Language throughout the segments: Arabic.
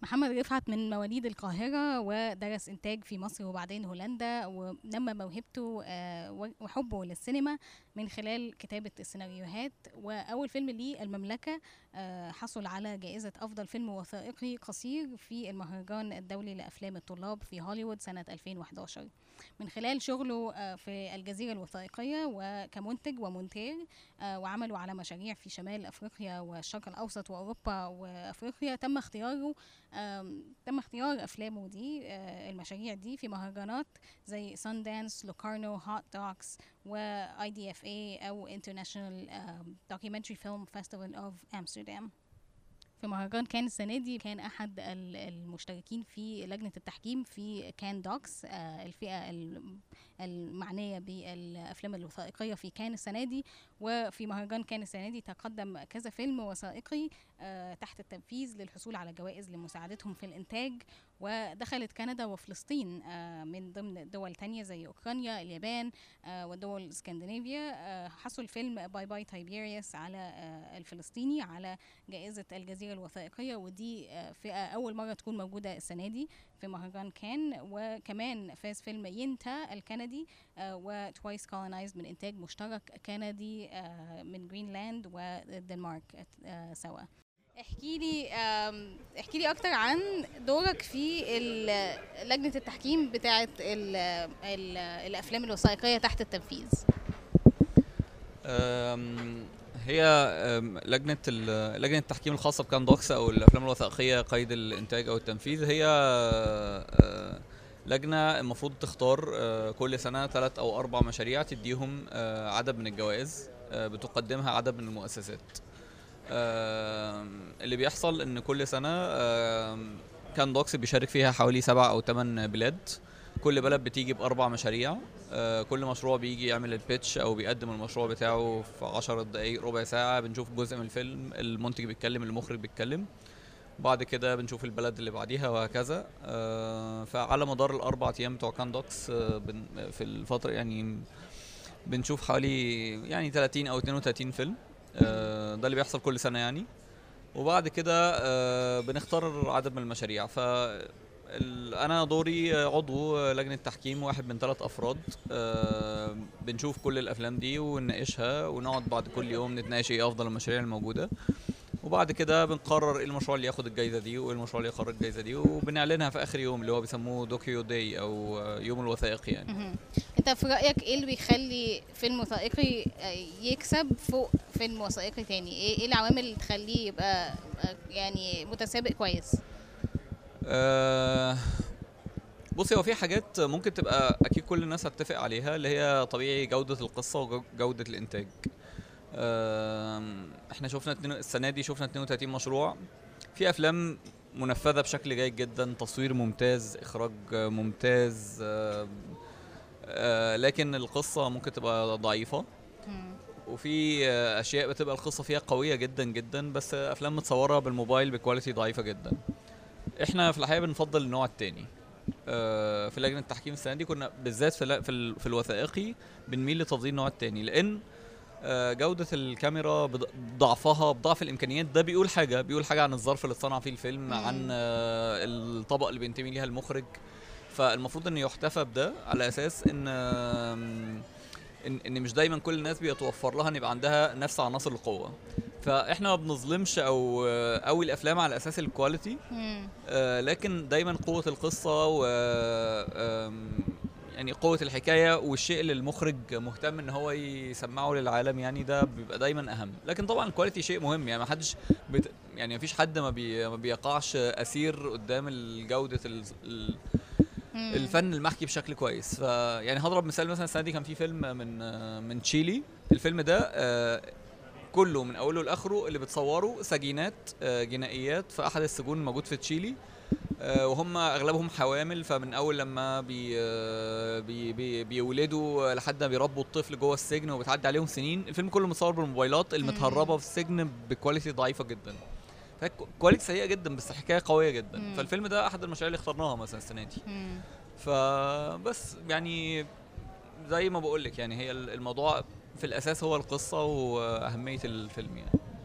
محمد رفعت من مواليد القاهرة، ودرس إنتاج في مصر وبعدين هولندا، ونمى موهبته وحبه للسينما من خلال كتابة السيناريوهات. وأول فيلم ليه المملكة حصل على جائزة أفضل فيلم وثائقي قصير في المهرجان الدولي لأفلام الطلاب في هوليوود سنة 2011. من خلال شغله في الجزيرة الوثائقية وكمنتج ومونتير، وعملوا على مشاريع في شمال أفريقيا والشرق الأوسط وأوروبا وأفريقيا. تم اختيار أفلامه دي، المشاريع دي، في مهرجانات زي ساندانس، لوكارنو، هوت دوكس، و IDFA أو International Documentary Film Festival of Amsterdam. في مهرجان كان السنة دي كان أحد المشتركين في لجنة التحكيم في كان دوكس، الفئة المعنية بالأفلام الوثائقية في كان السنة دي. وفي مهرجان كان السنة دي تقدم كذا فيلم وثائقي تحت التنفيذ للحصول على جوائز لمساعدتهم في الإنتاج. ودخلت كندا وفلسطين من ضمن دول تانية زي أوكرانيا، اليابان، ودول اسكندنافيا. حصل فيلم باي باي تايبيريوس على الفلسطيني على جائزة الجزيرة الوثائقية، ودي فئة أول مرة تكون موجودة السنة دي في مهرجان كان. وكمان فاز فيلم ينتا الكندي وتوايس كولونايزد من إنتاج مشترك كندي من جرينلاند والدنمارك سوا. احكي لي اكتر عن دورك في لجنة التحكيم بتاعة الافلام الوثائقية تحت التنفيذ. هي لجنة التحكيم الخاصة بكان دوكس أو الأفلام الوثائقية قيد الإنتاج أو التنفيذ، هي لجنة المفروض تختار كل سنة 3 أو 4 مشاريع تديهم عدد من الجوائز بتقدمها عدد من المؤسسات. اللي بيحصل إن كل سنة كان دوكس بيشارك فيها حوالي 7 أو 8 بلاد. كل بلد بتيجي ب4 مشاريع. كل مشروع بيجي يعمل البيتش او بيقدم المشروع بتاعه في 10 دقايق ربع ساعة. بنشوف جزء من الفيلم، المنتج بيتكلم، المخرج بيتكلم، بعد كده بنشوف البلد اللي بعديها وهكذا. فعلى مدار ال4 ايام بتوع كان دوكس في الفترة يعني بنشوف حوالي يعني 30 او 32 فيلم. ده اللي بيحصل كل سنة يعني. وبعد كده بنختار عدد من المشاريع. انا دوري عضو لجنة تحكيم، واحد من 3 افراد. بنشوف كل الافلام دي ونناقشها، ونقعد بعد كل يوم نتناقش ايه افضل المشاريع الموجودة. وبعد كده بنقرر ايه المشروع اللي ياخد الجايزة دي وايه المشروع اللي ياخد الجايزة دي، وبنعلنها في اخر يوم اللي هو بيسموه دوكيو داي او يوم الوثائقي يعني. انت في رأيك ايه اللي بيخلي فيلم وثائقي يكسب فوق فيلم وثائقي تاني؟ ايه العوامل اللي تخليه يبقى يعني متسابق كويس؟ بصي، هو في حاجات ممكن تبقى اكيد كل الناس هتتفق عليها، اللي هي طبيعي جودة القصة وجودة الانتاج. احنا شفنا السنة دي شفنا 32 مشروع. في افلام منفذة بشكل جيد جدا، تصوير ممتاز، اخراج ممتاز، لكن القصة ممكن تبقى ضعيفة. وفي اشياء بتبقى القصة فيها قوية جدا جدا، بس افلام متصورة بالموبايل بكواليتي ضعيفة جدا. احنا في الحقيقة بنفضل النوع التاني. في لجنة التحكيم السنة دي كنا بالذات في الوثائقي بنميل لتفضيل النوع التاني، لأن جودة الكاميرا بضعفها، بضعف الإمكانيات، ده بيقول حاجة عن الظرف اللي اتصنع فيه الفيلم، عن الطبقة اللي بينتمي ليها المخرج. فالمفروض ان يحتفى بده على اساس ان مش دايما كل الناس بيتوفر لها ان يبقى عندها نفس عناصر القوه. فاحنا ما بنظلمش او الافلام على اساس الكواليتي، لكن دايما قوه القصه و يعني قوه الحكايه والشيء اللي المخرج مهتم ان هو يسمعه للعالم، يعني ده بيبقى دايما اهم. لكن طبعا الكواليتي شيء مهم، يعني ما حدش يعني ما فيش حد ما بيقعش اسير قدام جوده الفن المحكي بشكل كويس. يعني هضرب مثال، مثلا السنه دي كان في فيلم من تشيلي. الفيلم ده كله من اوله لاخره اللي بتصوره سجينات جنائيات في احد السجون الموجود في تشيلي، وهم اغلبهم حوامل. فمن اول لما بيولدوا لحد ما بيربوا الطفل جوه السجن وبتعدي عليهم سنين. الفيلم كله متصور بالموبايلات المتهربه في السجن بكواليتي ضعيفه جدا، كواليتي سيئه جدا بس حكايه قويه جدا. فالفيلم ده احد المشاريع اللي اخترناها مثلا السنه دي. فبس يعني زي ما بقول لك، يعني هي الموضوع في الاساس هو القصه واهميه الفيلم يعني.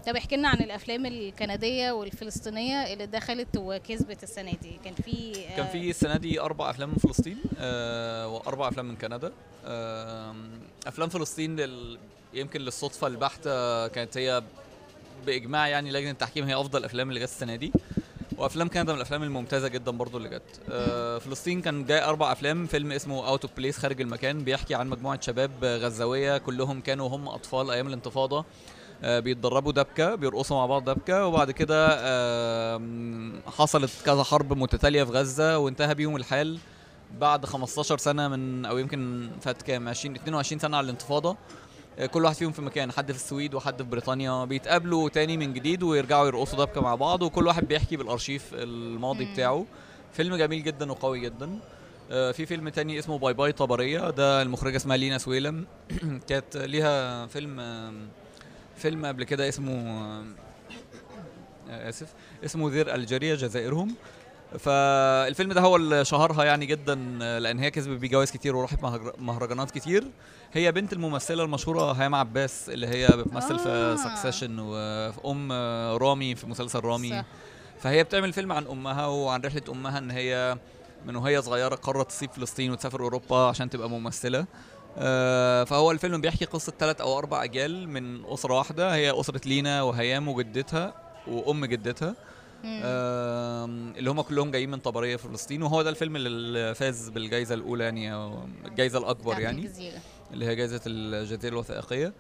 طب احكي لنا عن الافلام الكنديه والفلسطينيه اللي دخلت وكسبت السنه دي. كان في السنه دي 4 افلام من فلسطين واربع افلام من كندا. افلام فلسطين يمكن للصدفه البحته كانت هي باجماع يعني لجنه التحكيم هي افضل افلام اللي جت السنه دي، وافلام كندا من الافلام الممتازه جدا برضو اللي جت. فلسطين كان جاي 4 افلام. فيلم اسمه اوت اوف بليس، خارج المكان، بيحكي عن مجموعه شباب غزاويه كلهم كانوا هم اطفال ايام الانتفاضه، بيتدربوا دبكه، بيرقصوا مع بعض دبكه، وبعد كده حصلت كذا حرب متتاليه في غزه وانتهى بيهم الحال بعد 15 سنه من، او يمكن فات كام، 22 سنه على الانتفاضه. كل واحد فيهم في مكان، حد في السويد وحد في بريطانيا، بيتقابلوا تاني من جديد ويرجعوا يرقصوا دبكه مع بعض، وكل واحد بيحكي بالارشيف الماضي بتاعه. فيلم جميل جدا وقوي جدا. في فيلم تاني اسمه باي باي طبريه، ده المخرجه اسمها لينا سويلم. كانت ليها فيلم قبل كده اسمه اسف اسمه ذير الجيريا جزائرهم. فالفيلم ده هو اللي شهرها يعني جدا، لان هي كسبت بيه جوائز كتير وراحت مهرجانات كتير. هي بنت الممثله المشهوره هيام عباس اللي هي بتمثل في سكسيشن، وفي رامي في مسلسل رامي صح. فهي بتعمل فيلم عن امها وعن رحله امها، ان هي من وهي صغيره قررت تسيب فلسطين وتسافر اوروبا عشان تبقى ممثله. فهو الفيلم بيحكي قصه 3 أو 4 اجيال من اسره واحده، هي اسره لينا وهيام وجدتها وام جدتها، اللي هم كلهم جايين من طبريه في فلسطين. وهو ده الفيلم اللي فاز بالجائزه الاولى يعني، او الجائزه الاكبر يعني، اللي هي جائزه الجزيره الوثائقيه.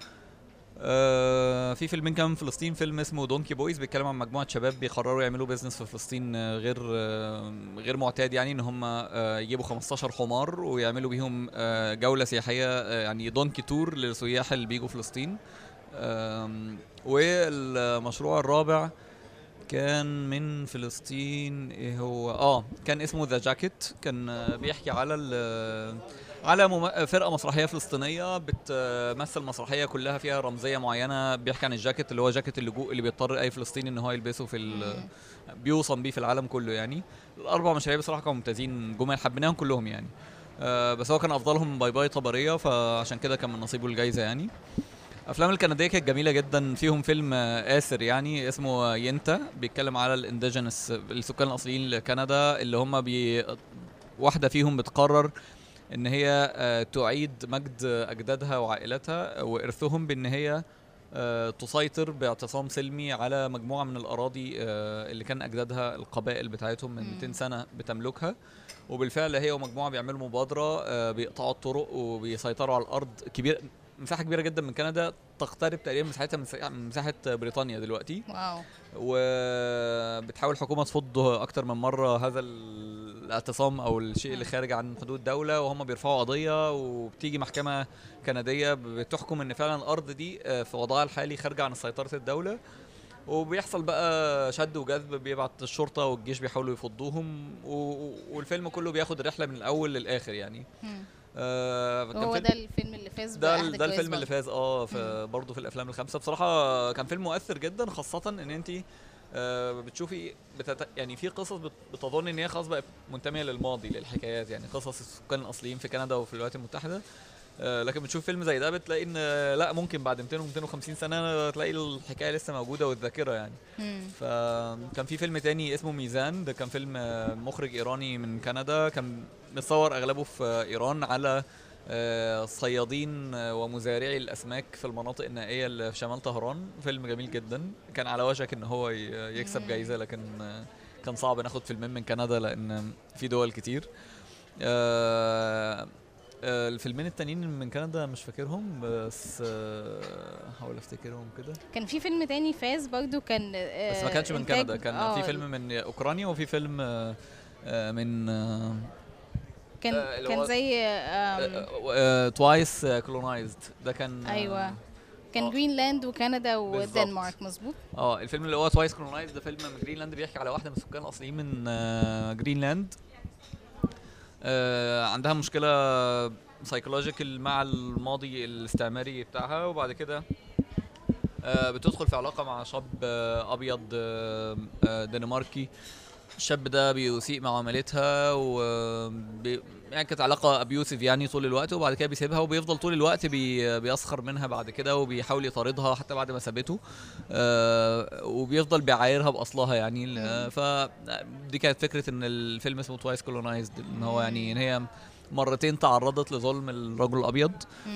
في فيلمين كمان في فلسطين، فيلم اسمه دونكي بويز بيتكلم عن مجموعه شباب بيقرروا يعملوا بيزنس في فلسطين غير معتاد، يعني ان هم يجيبوا 15 حمار ويعملوا بيهم جوله سياحيه، يعني دونكي تور للسياح اللي بيجوا فلسطين. والمشروع الرابع كان من فلسطين، ايه هو كان اسمه ذا جاكيت، كان بيحكي على فرقه مسرحيه فلسطينيه بتمثل مسرحيه كلها فيها رمزيه معينه، بيحكي عن الجاكيت اللي هو جاكيت اللجوء اللي بيضطر اي فلسطيني ان هو يلبسه بيوصم بيه في العالم كله يعني. الاربع مشاريع بصراحه كانوا ممتازين جمال، حبيناهم كلهم يعني. بس هو كان افضلهم باي باي طبريه، فعشان كده كان من نصيبه الجايزه يعني. افلام الكنديه كانت جميله جدا. فيهم فيلم آسر يعني اسمه ينتا، بيتكلم على الانديجينس، السكان الاصليين لكندا، اللي هم واحده فيهم بتقرر ان هي تعيد مجد اجدادها وعائلتها وارثهم، بان هي تسيطر باعتصام سلمي على مجموعه من الاراضي اللي كان اجدادها القبائل بتاعتهم من 200 سنه بتملكها. وبالفعل هي ومجموعه بيعملوا مبادره، بيقطعوا الطرق وبيسيطروا على الارض كبيره، مساحه كبيره جدا من كندا، تقترب تقريبا مساحتها من مساحه بريطانيا دلوقتي. واو. وبتحاول الحكومه تفض اكتر من مره هذا الاعتصام او الشيء اللي خارج عن حدود الدوله، وهم بيرفعوا قضيه وبتيجي محكمه كنديه بتحكم ان فعلا الارض دي في وضعها الحالي خارجه عن سيطره الدوله. وبيحصل بقى شد وجذب، بيبعت الشرطه والجيش بيحاولوا يفضوهم، والفيلم كله بياخد الرحله من الاول للاخر يعني. هو ده الفيلم اللي فاز ده الفيلم اللي فاز برضه في الافلام الخمسه. بصراحه كان فيلم مؤثر جدا، خاصه ان انت بتشوفي يعني في قصص بتظن ان هي خلاص بقت منتميه للماضي، للحكايات يعني، قصص السكان الاصليين في كندا وفي الولايات المتحده. لكن بتشوف فيلم زي ده بتلاقي ان لا، ممكن بعد 200 و250 سنه تلاقي الحكايه لسه موجوده والذاكره يعني. فكان في فيلم تاني اسمه ميزان، ده كان فيلم مخرج ايراني من كندا، كان متصور اغلبه في ايران على صيادين ومزارعي الاسماك في المناطق النائيه اللي في شمال طهران. فيلم جميل جدا، كان على وشك ان هو يكسب جايزه، لكن كان صعب ناخد فيلمين من كندا لان في دول كتير. الفيلمين التانيين من كندا مش فاكرهم، بس هحاول افتكرهم كده. كان في فيلم تاني فاز برضو، كان بس ما كانش من كندا، كان في فيلم من اوكرانيا، وفي فيلم من كان زي توايس كولونايزد، ده كان ايوه كان جرينلاند وكندا ودنمارك، مظبوط. الفيلم اللي هو توايس كولونايزد ده فيلم من جرينلاند، بيحكي على واحده من السكان الاصليين من جرينلاند، عندها مشكله سايكولوجيكال مع الماضي الاستعماري بتاعها، وبعد كده بتدخل في علاقه مع شاب ابيض دنماركي، الشاب ده بيسيء معاملتها يعني كانت علاقة ابيوسيف يعني طول الوقت، وبعد كده بيسيبها وبيفضل طول الوقت بيسخر منها بعد كده، وبيحاول يطاردها حتى بعد ما سابته. وبيفضل بيعايرها بأصلها يعني. فدي كانت فكرة ان الفيلم اسمه توايس كولونايزد، ان هو يعني ان هي مرتين تعرضت لظلم الرجل الابيض.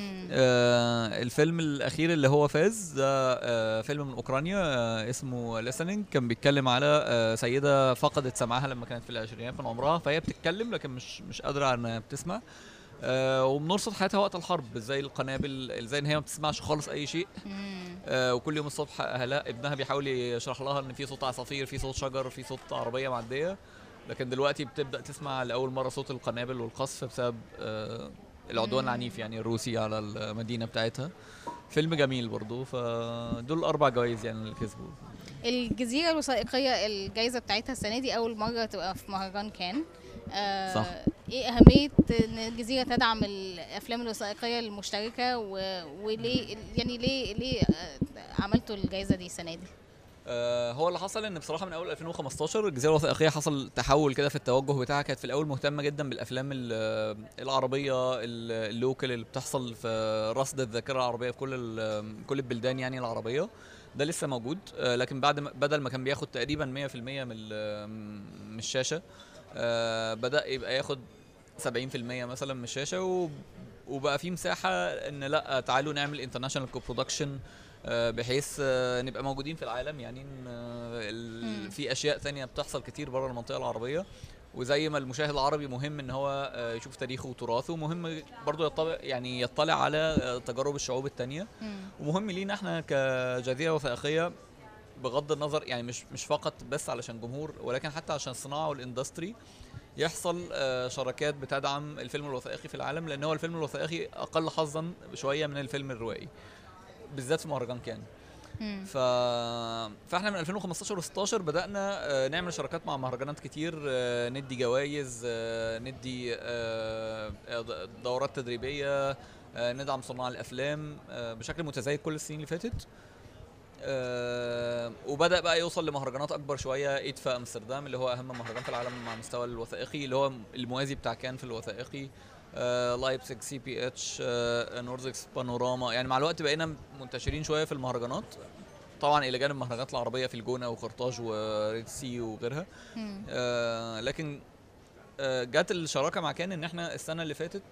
الفيلم الاخير اللي هو فاز ده فيلم من اوكرانيا اسمه listening. كان بيتكلم على سيده فقدت سمعها لما كانت في العشرينات من عمرها، فهي بتتكلم لكن مش قادره انها بتسمع. وبنرصد حياتها وقت الحرب، ازاي القنابل، ازاي ان هي ما بتسمعش خالص اي شيء. وكل يوم الصبح اهلها ابنها بيحاول يشرح لها ان في صوت عصافير، في صوت شجر، في صوت عربيه معديه، لكن دلوقتي بتبدا تسمع لاول مره صوت القنابل والقصف بسبب العدوان العنيف يعني الروسي على المدينه بتاعتها. فيلم جميل برضو. فدول الاربع جوائز يعني اللي كسبوا. الجزيرة الوثائقية الجائزة بتاعتها السنة دي أول مرة تبقى في مهرجان كان. صح. ايه أهمية إن الجزيرة تدعم الأفلام الوثائقية المشتركة وليه يعني ليه عملتوا الجائزة دي السنة دي؟ هو اللي حصل ان بصراحه من اول 2015 الجزيره الوثائقيه حصل تحول كده في التوجه بتاعها. كانت في الاول مهتمه جدا بالافلام العربيه اللوكال اللي بتحصل في رصد الذاكره العربيه في كل البلدان يعني العربيه. ده لسه موجود، لكن بعد بدل ما كان بياخد تقريبا 100% من الشاشه، بدا يبقى ياخد 70% مثلا من الشاشه، وبقى في مساحه ان لا تعالوا نعمل انترناشونال كو برودكشن، بحيث نبقى موجودين في العالم يعني. في اشياء ثانيه بتحصل كتير بره المنطقه العربيه، وزي ما المشاهد العربي مهم ان هو يشوف تاريخه وتراثه، مهم برضو يطلع على تجارب الشعوب التانية. ومهم لينا احنا كجزيره وثائقيه بغض النظر يعني مش فقط بس علشان جمهور، ولكن حتى عشان الصناعه والاندستري يحصل شراكات بتدعم الفيلم الوثائقي في العالم، لان هو الفيلم الوثائقي اقل حظا شويه من الفيلم الروائي بالذات في مهرجان كان. فاحنا من 2015 و16 بدأنا نعمل شراكات مع مهرجانات كتير، ندي جوائز، ندي دورات تدريبية، ندعم صناع الافلام بشكل متزايد كل السنين اللي فاتت. وبدأ بقى يوصل لمهرجانات اكبر شويه، ايدفا امستردام اللي هو اهم مهرجان في العالم مع مستوى الوثائقي، اللي هو الموازي بتاع كان في الوثائقي، لايبسك، سي بي اتش، نورزكس، بانوراما. يعني مع الوقت بقينا منتشرين شويه في المهرجانات، طبعا الى جانب المهرجانات العربيه في الجونه وقرطاج وريد سي وغيرها. لكن جت الشراكه مع كان ان احنا السنه اللي فاتت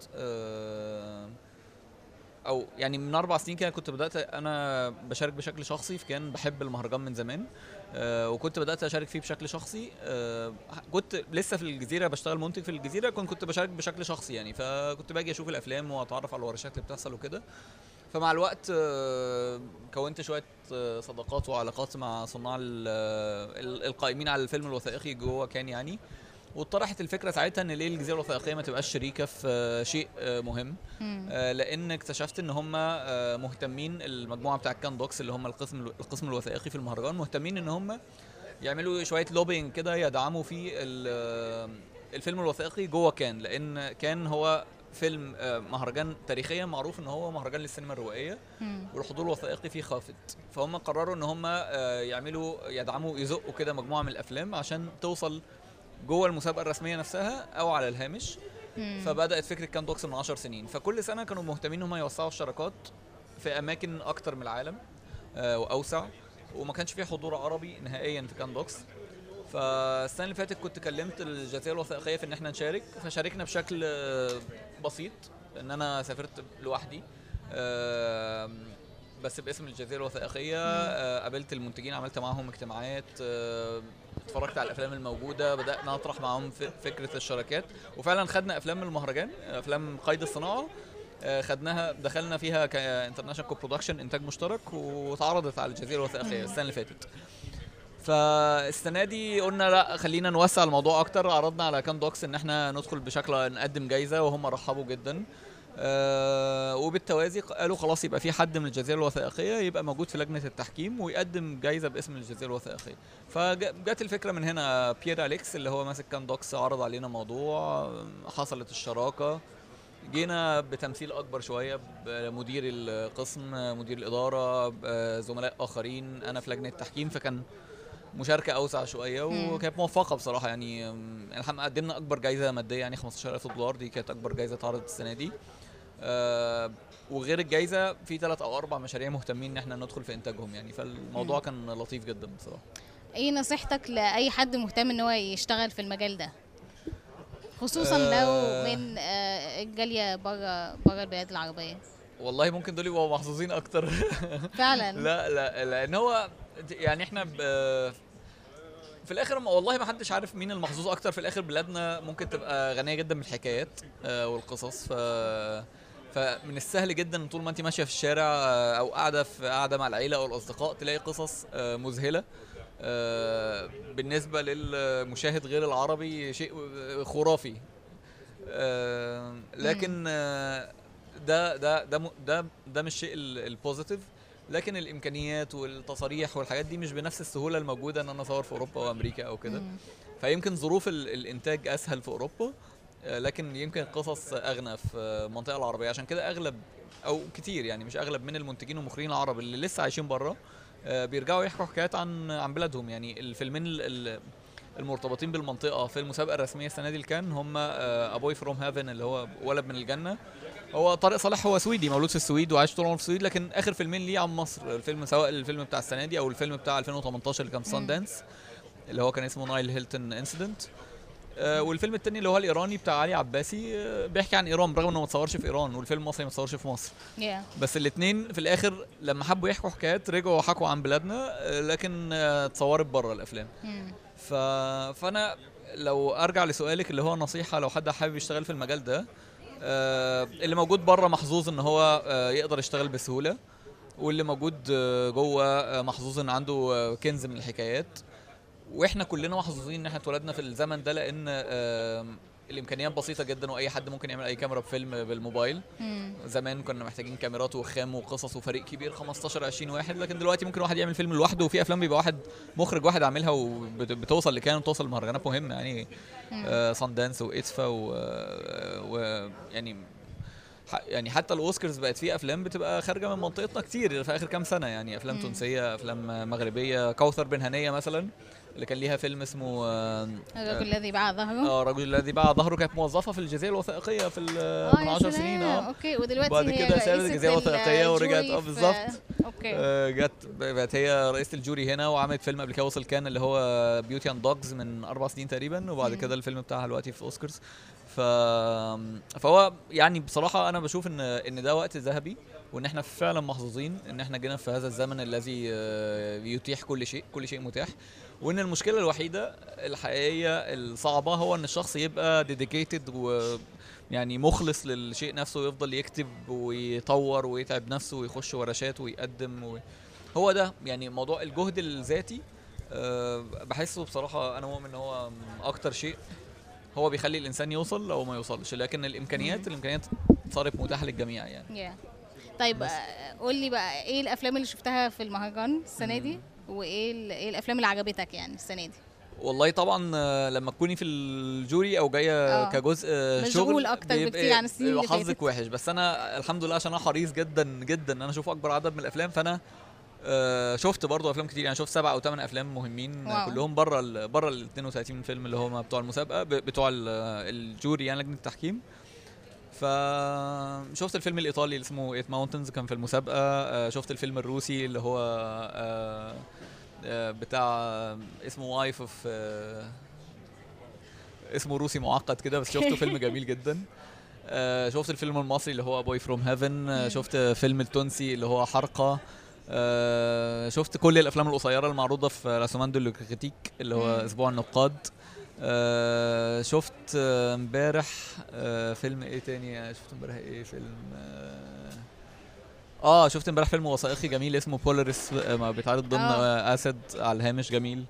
او يعني من 4 سنين كده كنت بدات انا بشارك بشكل شخصي في كان. بحب المهرجان من زمان، وكنت بدات اشارك فيه بشكل شخصي. كنت لسه في الجزيره بشتغل منتج في الجزيره، كنت بشارك بشكل شخصي يعني، فكنت باجي اشوف الافلام واتعرف على الورشات اللي بتحصل وكده. فمع الوقت كونت شويه صداقات وعلاقات مع صناع القائمين على الفيلم الوثائقي جوه كان يعني. واتطرحت الفكره ساعتها ان ليه الجزيره الوثائقيه ما تبقاش شريكه في شيء مهم. لان اكتشفت ان هم مهتمين، المجموعه بتاع كان دوكس اللي هم القسم الوثائقي في المهرجان، مهتمين ان هم يعملوا شويه لوبينج كده يدعموا فيه الفيلم الوثائقي جوه كان، لان كان هو فيلم مهرجان تاريخيا معروف ان هو مهرجان للسينما الروائيه، والحضور الوثائقي فيه خافت. فهم قرروا ان هم يدعموا يزقوا كده مجموعه من الافلام عشان توصل جوه المسابقه الرسميه نفسها او على الهامش. فبدات فكره كان دوكس من 10 سنين، فكل سنه كانوا مهتمين ان هم يوسعوا الشراكات في اماكن اكتر من العالم واوسع، وما كانش فيه حضور عربي نهائيا في كان دوكس. فالسنه اللي فاتت كنت كلمت الجزيره الوثائقيه في ان احنا نشارك، فشاركنا بشكل بسيط، ان انا سافرت لوحدي بس باسم الجزيره الوثائقيه. قابلت المنتجين، عملت معاهم اجتماعات، اتفرجت على الافلام الموجوده، بدانا نطرح معاهم فكره الشراكات، وفعلا خدنا افلام من المهرجان، افلام قيد الصناعه، خدناها دخلنا فيها كانترناشونال كو برودكشن، انتاج مشترك، واتعرضت على الجزيره الوثائقيه السنه اللي فاتت. فالسنه دي قلنا لا خلينا نوسع الموضوع اكتر، عرضنا على كان دوكس ان احنا ندخل بشكل نقدم جايزه، وهم رحبوا جدا. وبالتوازي قالوا خلاص يبقى في حد من الجزيره الوثائقيه يبقى موجود في لجنه التحكيم ويقدم جايزه باسم الجزيره الوثائقيه. فجت الفكره من هنا، بيير أليكس اللي هو ماسك كان دوكس عرض علينا موضوع، حصلت الشراكه، جينا بتمثيل اكبر شويه بمدير القسم، مدير الاداره، زملاء اخرين، انا في لجنه التحكيم. فكان مشاركه اوسع شويه، وكانت موفقه بصراحه يعني. احنا قدمنا اكبر جائزه ماديه يعني $15,000، دي كانت اكبر جائزه اتعرضت السنه دي. وغير الجائزه في 3 أو 4 مشاريع مهتمين ان احنا ندخل في انتاجهم يعني، فالموضوع كان لطيف جدا بصراحه. ايه نصيحتك لاي حد مهتم ان هو يشتغل في المجال ده، خصوصا لو من الجاليه بره البلاد العربيه؟ والله ممكن دول يبقوا محظوظين اكتر. فعلا. لا لان هو يعني احنا في الاخر والله ما حدش عارف مين المحظوظ اكتر. في الاخر بلادنا ممكن تبقى غنيه جدا بالحكايات والقصص، فمن السهل جدا طول ما انت ماشيه في الشارع او قاعده مع العيله او الاصدقاء تلاقي قصص مذهله. بالنسبه للمشاهد غير العربي شيء خرافي. لكن ده مش شيء البوزيتيف. لكن الامكانيات والتصاريح والحاجات دي مش بنفس السهوله الموجوده ان انا اصور في اوروبا وامريكا او كده. فيمكن ظروف الانتاج اسهل في اوروبا، لكن يمكن القصص اغنى في المنطقه العربيه. عشان كده اغلب او كتير يعني مش اغلب من المنتجين والمخرجين العرب اللي لسه عايشين بره بيرجعوا يحكوا حكايات عن بلادهم. يعني الفيلمين المرتبطين بالمنطقه في المسابقه الرسميه السنه دي اللي كان هم ابوي فروم هافن اللي هو ولد من الجنه. هو طارق صالح هو سويدي مولود في السويد وعايش طول عمره في السويد، لكن اخر فيلمين ليه عن مصر. الفيلم سواء الفيلم بتاع السنه دي او الفيلم بتاع 2018 اللي كان في سان دانس اللي هو كان اسمه نايل هيلتون انسيدنت. والفيلم التاني اللي هو الايراني بتاع علي عباسي بيحكي عن ايران برغم انه ما اتصورش في ايران، والفيلم المصري ما اتصورش في مصر. بس الاثنين في الاخر لما حبوا يحكوا حكايات رجعوا حكوا عن بلادنا، لكن اتصورت بره الافلام. فانا لو ارجع لسؤالك اللي هو نصيحه لو حد حابب يشتغل في المجال ده، اللي موجود بره محظوظ ان هو يقدر يشتغل بسهوله، واللي موجود جوه محظوظ ان عنده كنز من الحكايات. واحنا كلنا محظوظين ان احنا اتولدنا في الزمن ده، لان الامكانيات بسيطه جدا واي حد ممكن يعمل اي كاميرا بفيلم بالموبايل. زمان كنا محتاجين كاميرات وخام وقصص وفريق كبير 15 20 واحد، لكن دلوقتي ممكن واحد يعمل فيلم لوحده، وفي افلام بيبقى مخرج واحد عاملها وبتوصل توصل لمهرجانات مهمه يعني سان دانس وإتفا يعني حتى الاوسكارز بقت فيه افلام بتبقى خارجه من منطقتنا كتير في اخر كام سنه، يعني افلام تونسيه، افلام مغربيه. كوثر بن هنيه مثلا اللي كان ليها فيلم اسمه الرجل الذي باع ظهره. الرجل الذي باع ظهره، كانت موظفه في الجزيره الوثائقيه في من 10 سنين. اوكي، ودلوقتي بعد كده سابت الجزيره الوثائقيه ورجعت بالظبط. اوكي بقت هي رئيسه الجوري هنا، وعملت فيلم قبل كده وصل كان اللي هو بيوتي اند دوجز من 4 سنين تقريبا، وبعد كده الفيلم بتاعها دلوقتي في اوسكارز. فهو يعني بصراحه انا بشوف ان ده وقت ذهبي، وان احنا فعلا محظوظين ان احنا جينا في هذا الزمن الذي يتيح كل شيء متاح. وان المشكله الوحيده الحقيقيه الصعبه هو ان الشخص يبقى ديديكيتد ويعني مخلص للشيء نفسه، ويفضل يكتب ويطور ويتعب نفسه ويخش ورشات ويقدم هو ده يعني موضوع الجهد الذاتي. بحسه بصراحه انا مؤمن ان هو اكتر شيء هو بيخلي الانسان يوصل او ما يوصلش، لكن الامكانيات صارت متاحه للجميع يعني. طيب قول لي بقى ايه الافلام اللي شفتها في المهرجان السنه دي، وايه الافلام اللي عجبتك يعني السنه دي؟ والله طبعا لما تكوني في الجوري او جايه كجزء شغل اكتر بكتير عن السنين اللي فاتت. حظك وحش، بس انا الحمد لله عشان انا حريص جدا جدا ان انا اشوف اكبر عدد من الافلام، فانا شفت برضو افلام كتير يعني. شفت 7 أو 8 افلام مهمين. كلهم بره ال 32 فيلم اللي هم بتوع المسابقه بتوع الجوري يعني لجنه التحكيم. فشفت الفيلم الايطالي اللي اسمه 8 ماونتنز كان في المسابقه. شفت الفيلم الروسي اللي هو بتاع اسمه وايف اوف اسمه روسي معقد كده، بس شفته فيلم جميل جدا. شفت الفيلم المصري اللي هو ابوي فروم هيفن. شفت فيلم التونسي اللي هو حرقه. شفت كل الافلام القصيره المعروضه في لاسوماندو لوكريتيك اللي هو اسبوع النقاد. شفت امبارح فيلم ايه تاني؟ شفت امبارح ايه فيلم شفت امبارح فيلم وثائقي جميل اسمه بولاريس بيتعرض ضمن اسد على الهامش جميل.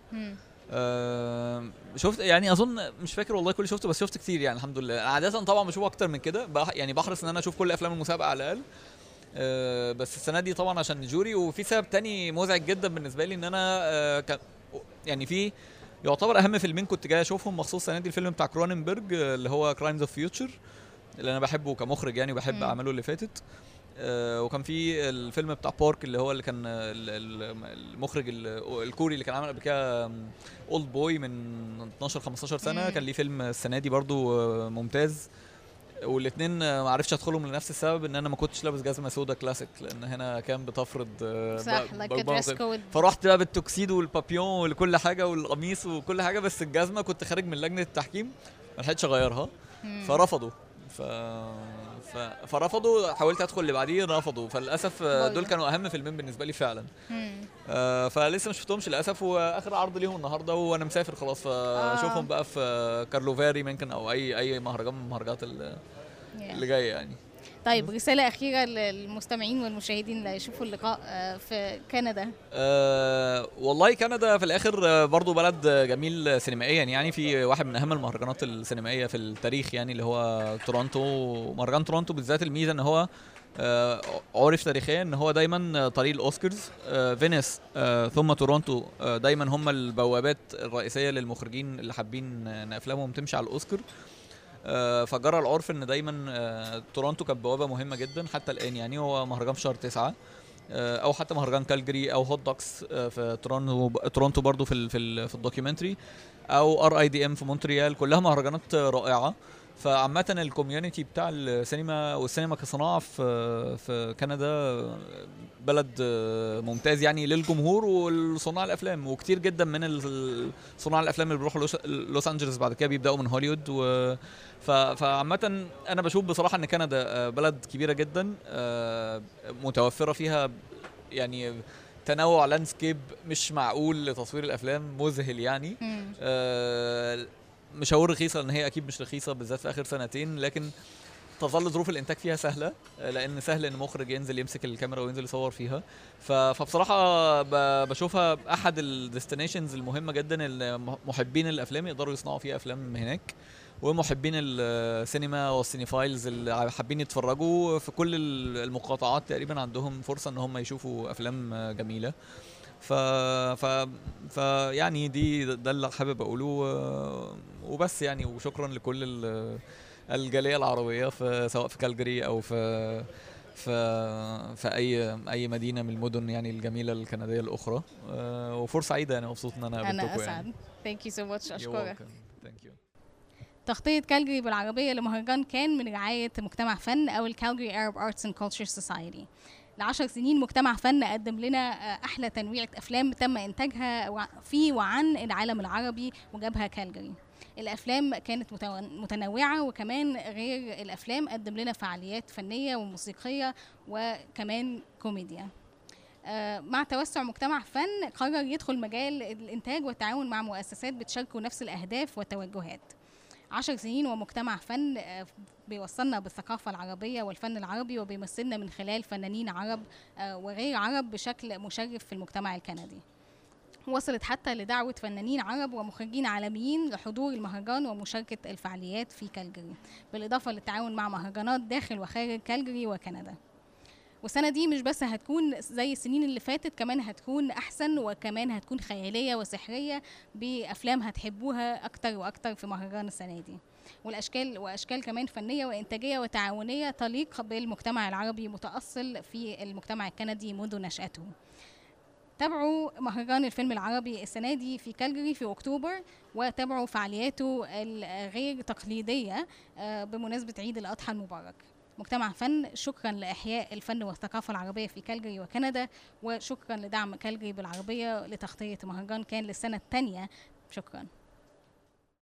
شفت يعني اظن مش فاكر والله كل شفته، بس شفت كتير يعني الحمد لله. عاده طبعا بشوف اكتر من كده يعني بحرص ان انا اشوف كل افلام المسابقه على الاقل. بس السنه دي طبعا عشان الجوري، وفي سبب تاني مزعج جدا بالنسبه لي ان انا يعني في يعتبر اهم فيلمين كنت جاي اشوفهم مخصوص السنه دي. الفيلم بتاع كروننبرج اللي هو كرايمز اوف فيوتشر اللي انا بحبه كمخرج يعني، وبحب اعماله اللي فاتت. وكان في الفيلم بتاع بورك اللي هو اللي كان المخرج الكوري اللي كان عامل قبل كده اولد بوي من 12 15 سنه، كان ليه فيلم السنه دي برضو ممتاز. والاثنين ما عرفتش ادخلهم لنفس السبب، ان انا ما كنتش لابس جزمه سودا كلاسيك، لان هنا كان بتفرض صح like a dress code. فرحت بقى بالتوكسيدو والبابيون وكل حاجه والقميص وكل حاجه، بس الجزمه كنت خارج من لجنه التحكيم ما لحقتش اغيرها فرفضوا. فرفضوا. حاولت ادخل اللي بعديه رفضوا، فللاسف دول كانوا اهم فيلمين بالنسبه لي فعلا. فلسه ما شفتهمش للاسف، واخر عرض ليهم النهارده وانا مسافر خلاص، فاشوفهم بقى في كارلوفاري ممكن او اي مهرجان من المهرجانات اللي جايه يعني. طيب رسالة أخيرة للمستمعين والمشاهدين اللي يشوفوا اللقاء في كندا. والله كندا في الآخر برضو بلد جميل سينمائيا، يعني في واحد من أهم المهرجانات السينمائية في التاريخ يعني، اللي هو تورونتو. مهرجان تورونتو بالذات الميزة إن هو عرف تاريخيا إن هو دايما طريق الأوسكارز. فينيس ثم تورونتو دايما هم البوابات الرئيسية للمخرجين اللي حابين إن أفلامهم تمشي على الأوسكار. فجرى العرف ان دايما تورونتو كانت بوابه مهمه جدا حتى الان يعني. هو مهرجان في شهر 9 او حتى مهرجان كالجري او هوت دوكس في تورونتو برضو في الدوكيومنتري، او RIDM في مونتريال، كلها مهرجانات رائعه. فعامة الكوميونتي بتاع السينما والسينما كصناعة في كندا بلد ممتاز يعني للجمهور والصناع الافلام، وكتير جدا من صناع الافلام اللي بيروحوا لوس انجلوس بعد كده بيبداوا من هوليوود. فعامة انا بشوف بصراحة ان كندا بلد كبيرة جدا متوفرة فيها يعني تنوع لاندسكيب مش معقول لتصوير الافلام، مذهل يعني. مش هقول رخيصه لان هي اكيد مش رخيصه بالذات في اخر سنتين، لكن تظل ظروف الانتاج فيها سهله، لان سهل ان مخرج ينزل يمسك الكاميرا وينزل يصور فيها. فبصراحه بشوفها احد الديستنيشنز المهمه جدا اللي محبين الافلام يقدروا يصنعوا فيها افلام هناك، ومحبين السينما والسينيفايلز اللي حابين يتفرجوا في كل المقاطعات تقريبا عندهم فرصه ان هم يشوفوا افلام جميله. ف يعني ده اللي حابب اقوله وبس يعني. وشكرا لكل الجاليه العربيه سواء في كالجري او في اي مدينه من المدن يعني الجميله الكنديه الاخرى. وفرصه سعيده، انا مبسوط ان انا قابلتكم. انا اسعد يعني. ثانك يو سو ماتش. اشكرك. ثانك يو. تغطية كالجري بالعربية لمهرجان كان من رعاية مجتمع فن أو الكالجري Arab Arts and Culture Society. ل10 سنين مجتمع فن قدم لنا أحلى تنويعة أفلام تم إنتاجها في وعن العالم العربي وجابها كالجري. الأفلام كانت متنوعة، وكمان غير الأفلام قدم لنا فعاليات فنية وموسيقية وكمان كوميديا. مع توسع مجتمع فن قرر يدخل مجال الإنتاج والتعاون مع مؤسسات بتشاركوا نفس الأهداف والتوجهات. 10 سنين ومجتمع فن بيوصلنا بالثقافة العربية والفن العربي، وبيمثلنا من خلال فنانين عرب وغير عرب بشكل مشرف في المجتمع الكندي. وصلت حتى لدعوة فنانين عرب ومخرجين عالميين لحضور المهرجان ومشاركة الفعاليات في كالجري، بالإضافة للتعاون مع مهرجانات داخل وخارج كالجري وكندا. والسنة دي مش بس هتكون زي السنين اللي فاتت، كمان هتكون أحسن، وكمان هتكون خيالية وسحرية بأفلام هتحبوها أكتر وأكتر في مهرجان السنة دي، وأشكال كمان فنية وإنتاجية وتعاونية تليق بالمجتمع العربي متأصل في المجتمع الكندي منذ نشأته. تابعوا مهرجان الفيلم العربي السنة دي في كالجري في أكتوبر، وتابعوا فعالياته الغير تقليدية بمناسبة عيد الأضحى المبارك. مجتمع فن، شكرا لإحياء الفن والثقافة العربية في كالجري وكندا، وشكرا لدعم كالجري بالعربية لتغطية مهرجان كان للسنة الثانية. شكرا.